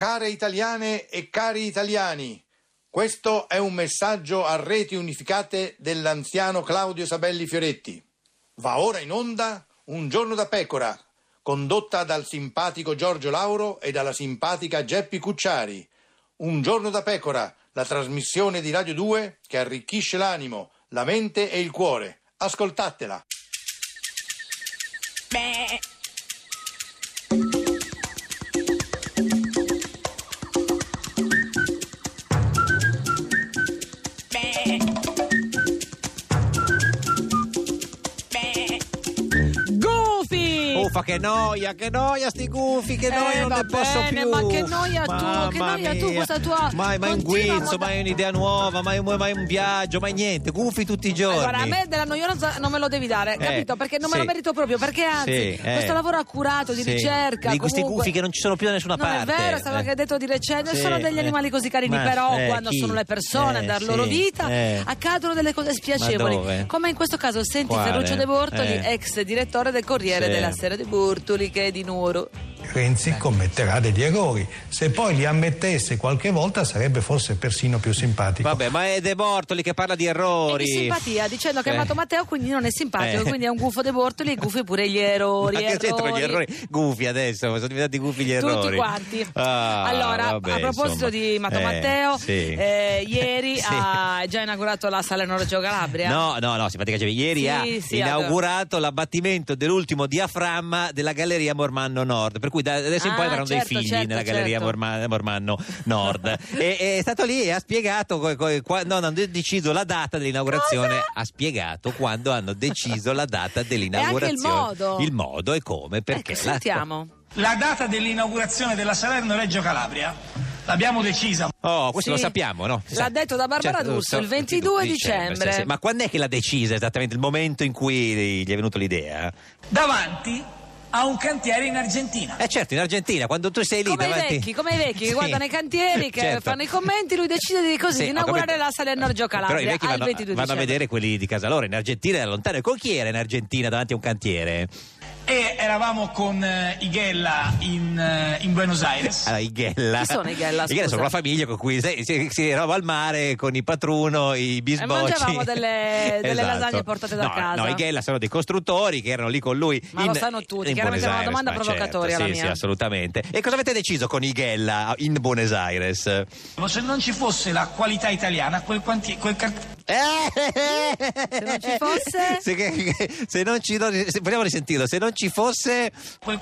Care italiane e cari italiani, questo è un messaggio a reti unificate dell'anziano Claudio Sabelli Fioretti. Va ora in onda Un giorno da pecora, condotta dal simpatico Giorgio Lauro e dalla simpatica Geppi Cucciari. Un giorno da pecora, la trasmissione di Radio 2 che arricchisce l'animo, la mente e il cuore. Ascoltatela. Uffa, che noia sti gufi, che noia, non ne posso più. Ma che noia tu, questa tua... Mai un guizzo, mai un'idea nuova, mai un viaggio, mai niente, gufi tutti i giorni. Guarda, a me della noiosa non me lo devi dare, capito? Perché non me lo merito proprio, perché anzi, questo lavoro accurato di ricerca, di questi gufi che non ci sono più da nessuna parte. Non è vero, stavo anche detto di recente, sono degli animali così carini, però quando sono le persone a dar loro vita, accadono delle cose spiacevoli. Come in questo caso, senti Ferruccio De Bortoli, ex direttore del Corriere della Sera De Bortoli, che è di Nuoro. Renzi commetterà degli errori. Se poi li ammettesse qualche volta sarebbe forse persino più simpatico. Vabbè, ma è De Bortoli che parla di errori. E di simpatia, dicendo che è amato Matteo, quindi non è simpatico, quindi è un gufo De Bortoli e gufi pure gli errori. Ma che c'entrano gli errori? Gufi adesso, sono diventati gufi gli errori. Tutti quanti. Allora, vabbè, a proposito di Matteo, ieri ha già inaugurato la Salerno Reggio Calabria. No, simpatica, ieri ha inaugurato l'abbattimento dell'ultimo diaframma della Galleria Mormanno Nord, per cui da adesso in poi avranno dei figli nella Galleria Mormanno Nord. È stato lì e ha spiegato quando hanno deciso la data dell'inaugurazione. Cosa? Ha spiegato quando hanno deciso la data dell'inaugurazione. E anche il modo e come, perché sentiamo. La data dell'inaugurazione della Salerno Reggio Calabria l'abbiamo decisa. Questo lo sappiamo, no? L'ha detto da Barbara D'Urso, il 22 dicembre. Sì. Ma quando è che l'ha decisa esattamente, il momento in cui gli è venuta l'idea? Davanti a un cantiere in Argentina. Certo, in Argentina, quando tu sei lì come davanti... come i vecchi che guardano i cantieri, che fanno i commenti, lui decide di inaugurare la Salerno Reggio Calabria. Però i vecchi vanno a vedere quelli di casa loro in Argentina, è lontano. E con chi era in Argentina davanti a un cantiere? E eravamo con Ighella in Buenos Aires. Ighella. Chi sono Ighella? Ighella sono la famiglia con cui si eravamo al mare con i patruno, i bisbocci. E mangiavamo delle lasagne portate da casa. No, Ighella sono dei costruttori che erano lì con lui. Ma lo sanno tutti, chiaramente è una domanda provocatoria la mia. Sì, assolutamente. E cosa avete deciso con Ighella in Buenos Aires? Se non ci fosse la qualità italiana, se non ci fosse? Vogliamo risentirlo, se non ci fosse quel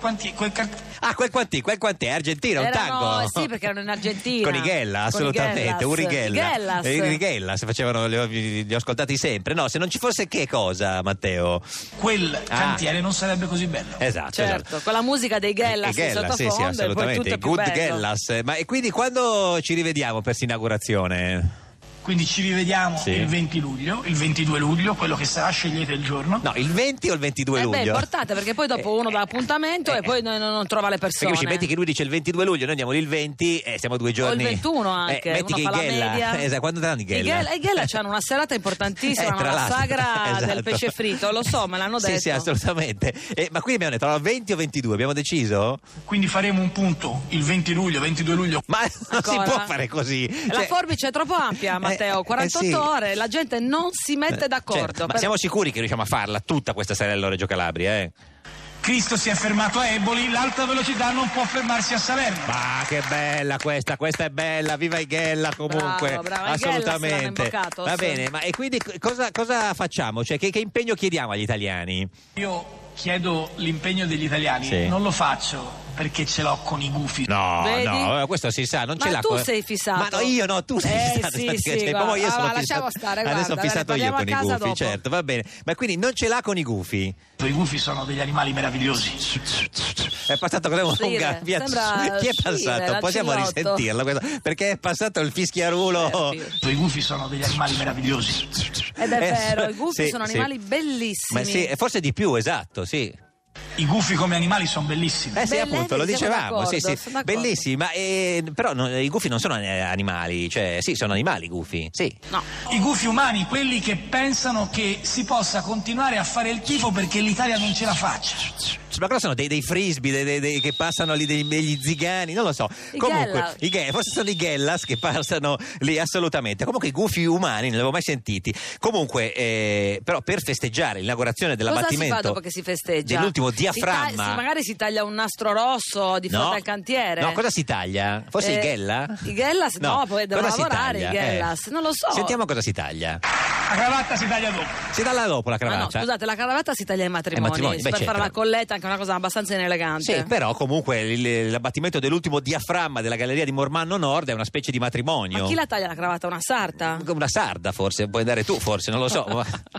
quantì argentino, un tango. Sì, perché erano in Argentina con Ighella, assolutamente, un Righellas se facevano, li ho ascoltati sempre. No, se non ci fosse che cosa, Matteo? Quel cantiere non sarebbe così bello. Certo, con la musica dei Gellas in sottofondo, assolutamente, e poi tutto Good più bello. Gellas. Ma e quindi quando ci rivediamo per l'inaugurazione? Quindi ci rivediamo il 20 luglio, il 22 luglio, quello che sarà, scegliete il giorno. No, il 20 o il 22 luglio? Importante, perché poi dopo uno dà appuntamento e poi non trova le persone. Perché metti che lui dice il 22 luglio, noi andiamo lì il 20 e siamo 2 giorni. O il 21 anche, metti che Ighella. Quando danno Ighella? Ighella c'hanno una serata importantissima, la sagra del pesce fritto, lo so, me l'hanno detto. Sì, assolutamente. Ma qui abbiamo detto 20 o 22, abbiamo deciso? Quindi faremo un punto il 20 luglio, 22 luglio. Ma non si può fare così. La forbice è troppo ampia, Matteo, 48 ore, la gente non si mette d'accordo. Ma siamo sicuri che riusciamo a farla tutta questa Salerno Reggio Calabria, Cristo si è fermato a Eboli, l'alta velocità non può fermarsi a Salerno. Ma che bella questa è bella, viva Ighella comunque. Bravo, assolutamente. Va bene, ma e quindi cosa facciamo? Cioè che impegno chiediamo agli italiani? Io chiedo l'impegno degli italiani, non lo faccio perché ce l'ho con i gufi. No, questo si sa, non ce l'ha. Ma tu sei fissato. Ma no, io no, tu sei fissato. Io sono lasciamo stare, adesso ho fissato io con i gufi, dopo. certo, va bene. Ma quindi non ce l'ha con i gufi? I gufi sono degli animali meravigliosi. È passato come un gaffia. Chi è passato? Possiamo risentirlo perché è passato il fischiarulo. I gufi sono degli animali meravigliosi. Ed è vero, i gufi sono animali bellissimi. Ma sì, forse di più, esatto, sì. I gufi come animali sono bellissimi. Sì, appunto, lo dicevamo. Sì, bellissimi, ma però i gufi non sono animali, cioè sì, sono animali i gufi, sì. No. I gufi umani, quelli che pensano che si possa continuare a fare il tifo perché l'Italia non ce la faccia. ma cosa sono dei frisbee che passano lì, degli zigani, non lo so. Comunque forse sono i Gellas che passano lì, assolutamente. Comunque i gufi umani non li avevo mai sentiti. Comunque però per festeggiare l'inaugurazione dell'abbattimento, cosa si fa dopo che si festeggia? Dell'ultimo diaframma, magari si taglia un nastro rosso di fronte al cantiere. No, cosa si taglia? Forse i Gella? I Gellas? No, poi devono lavorare i Gellas, non lo so. Sentiamo cosa si taglia. La cravatta si taglia dopo. Si taglia dopo la cravatta? No, scusate, la cravatta si taglia ai matrimoni. Per fare la colletta, anche una cosa abbastanza inelegante. Sì, però comunque l'abbattimento dell'ultimo diaframma della galleria di Mormanno Nord è una specie di matrimonio. Ma chi la taglia la cravatta? Una sarta? Una sarda, forse, puoi andare tu, forse, non lo so.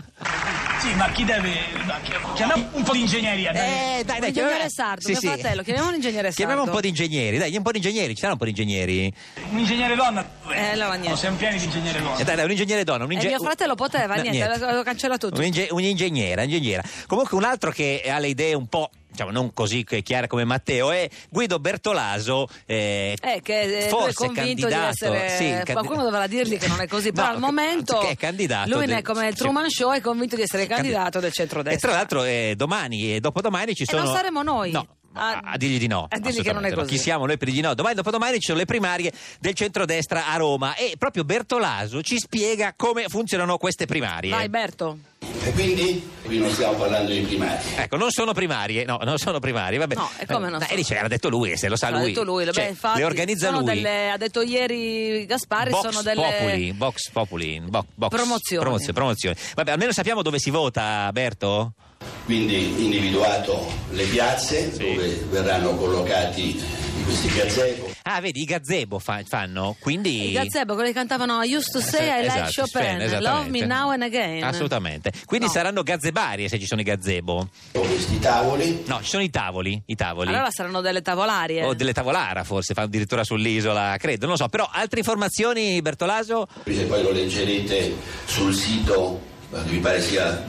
Sì, ma chi deve... Chiamiamo un po' di ingegneria. Dai, ingegnere sardo, mio fratello, chiamiamo un ingegnere sardo. Chiamiamo un po' di ingegneri, dai, un po' di ingegneri, ci saranno un po' di ingegneri. Un ingegnere donna? Allora niente. Siamo pieni di ingegnere donna. Dai, un ingegnere donna. Mio fratello poteva, niente, lo cancella tutto. Un'ingegnera. Comunque un altro che ha le idee un po', diciamo, non così chiare come Matteo, è Guido Bertolaso, che forse è convinto candidato, di essere qualcuno dovrà dirgli che non è così, però al momento che è candidato, lui è come il Truman Show, è convinto di essere candidato del centrodestra. E tra l'altro domani e dopodomani ci sono... E non saremo noi. No. A dirgli di no, a dirgli che non è così. Chi siamo noi per dirgli no? Domani dopodomani ci sono le primarie del centrodestra a Roma e proprio Bertolaso ci spiega come funzionano queste primarie. Vai Berto. E quindi qui non stiamo parlando di primarie. Ecco, non sono primarie, vabbè. No, e come non so? E dice, l'ha detto lui, se lo sa lui. L'ha detto lui, cioè, infatti, le organizza sono lui. Ha detto ieri Gaspari, sono delle Vox Populi, promozioni. Vabbè, almeno sappiamo dove si vota, Berto? Quindi individuato le piazze dove verranno collocati questi gazebo. Ah, vedi, i gazebo fanno, quindi... I gazebo, quelli che cantavano I used to say I like Chopin, love me now and again. Assolutamente. Quindi saranno gazebarie se ci sono i gazebo. Questi tavoli? No, ci sono i tavoli. Allora saranno delle tavolarie. O delle tavolara, forse, fanno addirittura sull'isola, credo, non lo so. Però altre informazioni, Bertolaso? Se poi lo leggerete sul sito... mi pare sia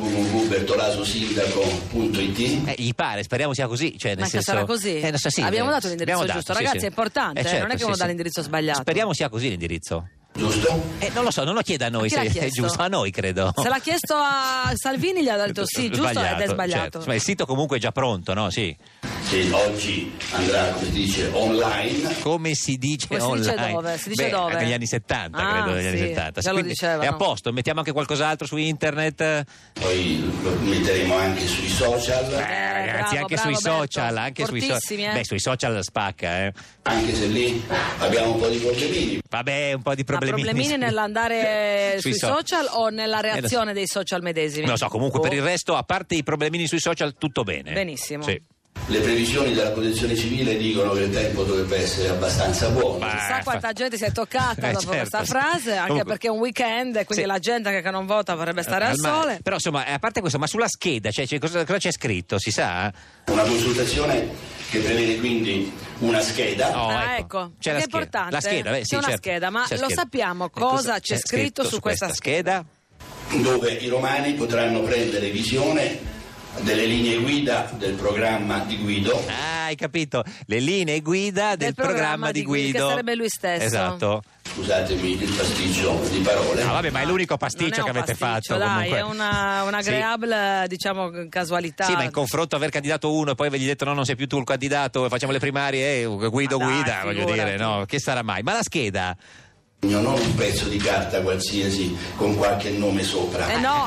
www.bertolasosindaco.it. Gli pare, speriamo sia così. Cioè, Ma che sarà così? Sì, abbiamo dato l'indirizzo giusto, ragazzi, sì. è importante, Certo, non è che uno dà l'indirizzo sbagliato. Speriamo sia così l'indirizzo. Giusto? Non lo so, non lo chieda a noi se è giusto, a noi credo. Se l'ha chiesto a Salvini gli ha detto sì, giusto, ed è sbagliato. Certo. Ma il sito comunque è già pronto, no? Sì. Sì, oggi andrà, come si dice, online. Come si dice online? Si dice dove? Si dice dove? Negli anni 70, credo, negli anni 70. Già lo dicevano. È a posto, mettiamo anche qualcos'altro su internet. Poi lo metteremo anche sui social. Ragazzi, anche sui social, anche sui social spacca, Anche se lì abbiamo un po' di problemini. Vabbè, un po' di problemini. Ma problemini nell'andare sui social o nella reazione dei social medesimi? Non lo so, comunque per il resto, a parte i problemini sui social, tutto bene. Benissimo. Sì. Le previsioni della protezione civile dicono che il tempo dovrebbe essere abbastanza buono. Chissà quanta gente si è toccata dopo questa frase, anche comunque, perché è un weekend e quindi la gente che non vota vorrebbe stare al sole. Però insomma, a parte questo, ma sulla scheda cosa c'è scritto, si sa? Una consultazione che prevede quindi una scheda. Ecco, c'è è importante. La scheda, c'è una scheda, ma lo sappiamo cosa c'è scritto su questa scheda? Dove i romani potranno prendere visione delle linee guida del programma di Guido. Ah, hai capito? Le linee guida del programma di Guido. Che sarebbe lui stesso. Esatto. Scusatemi il pasticcio di parole. No, vabbè, ma è l'unico pasticcio che avete fatto. Dai, comunque. È una agreeable, diciamo, casualità. Sì, ma in confronto aver candidato uno e poi vi detto no, non sei più tu il candidato, facciamo le primarie, Guido guida, voglio dire, no, che sarà mai? Ma la scheda? Non un pezzo di carta qualsiasi con qualche nome sopra. No,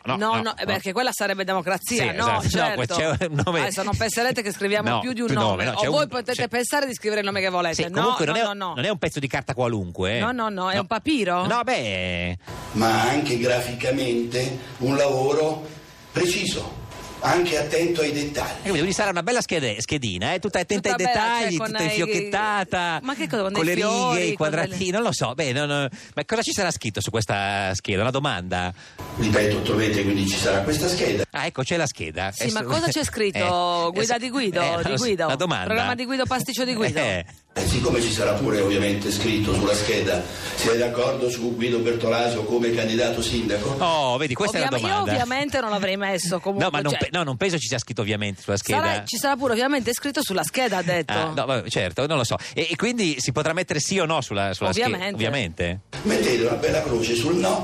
perché quella sarebbe democrazia, sì, esatto. Certo. C'è un nome... Adesso non penserete che scriviamo più di un nome, o voi potete pensare di scrivere il nome che volete. Sì, comunque non è un pezzo di carta qualunque. No, è un papiro. No, beh... Ma anche graficamente un lavoro preciso. Anche attento ai dettagli. Quindi sarà una bella schedina, tutta attenta ai dettagli, tutta infiocchettata, ma che cosa, con le righe, i quadratini, non lo so. Ma cosa ci sarà scritto su questa scheda? Una domanda? Ripeto, trovate, quindi ci sarà questa scheda. Ah, ecco, c'è la scheda. Sì, ma cosa c'è scritto? Guida di Guido? Di Guido? La domanda. Programma di Guido, pasticcio di Guido? Siccome ci sarà pure ovviamente scritto sulla scheda, siete d'accordo su Guido Bertolaso come candidato sindaco? Oh, vedi, questa è la domanda. Io ovviamente non l'avrei messo comunque. No, ma non penso ci sia scritto ovviamente sulla scheda. Ci sarà pure ovviamente scritto sulla scheda, ha detto. Certo, non lo so. E quindi si potrà mettere sì o no sulla scheda? Ovviamente. Mettete una bella croce sul no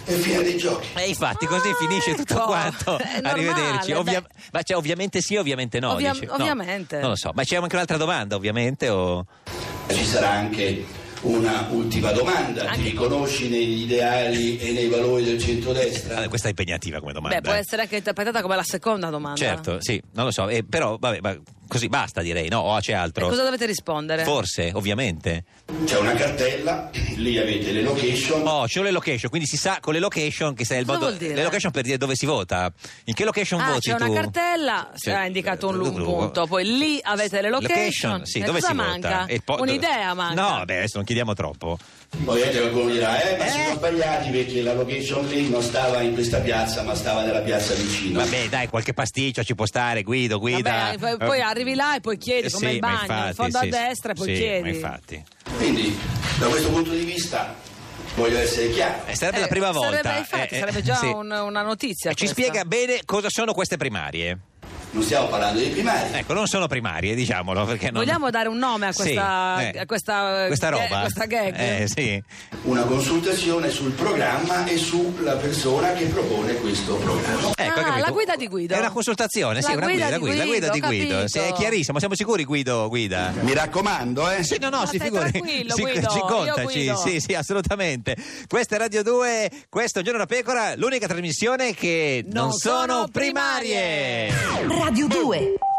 e fine dei giochi. E infatti così finisce tutto quanto. Arrivederci. Ma cioè, ovviamente sì, ovviamente no. Ovviamente. No, non lo so. Ma c'è anche un'altra domanda, ovviamente? O... Ci sarà anche una ultima domanda. Ti riconosci negli ideali e nei valori del centrodestra? Questa è impegnativa come domanda. Può essere anche interpretata come la seconda domanda. Certo, sì, non lo so. Però, vabbè, così basta, direi, no? O c'è altro? E cosa dovete rispondere? Forse, ovviamente. C'è una cartella, lì avete le location. Oh, c'ho le location, quindi si sa con le location che sei il modo. Vuol dire? Le location per dire dove si vota. In che location voti c'è tu? C'è una cartella, si ha indicato un punto, poi lì avete le location. Sì, e dove cosa si manca? vota? Un'idea manca. No, adesso non chiediamo troppo. Ovviamente qualcuno dirà, ma si sono sbagliati perché la location lì non stava in questa piazza, ma stava nella piazza vicino. Vabbè, dai, qualche pasticcio ci può stare, guida. Vabbè, poi arrivi là e poi chiedi come il bagno, infatti, in fondo a destra e poi chiedi. Ma infatti. Quindi, da questo punto di vista, voglio essere chiaro. Sarebbe la prima volta. Sarebbe già una notizia. Ci spiega bene cosa sono queste primarie. Non stiamo parlando di primarie. Ecco, non sono primarie, diciamolo. Perché vogliamo dare un nome a questa roba? Questa gag? Sì. Una consultazione sul programma e sulla persona che propone questo programma. Ecco, la guida di Guido. È una consultazione, sì, una guida di Guido. Sì, è chiarissimo, siamo sicuri, Guida? Mi raccomando, Sì, no, si figuri. Tranquillo, Guido. Ci contaci, sì, assolutamente. Questa è Radio 2, questo è Un Giorno da Pecora, l'unica trasmissione che non sono primarie. Radio 2.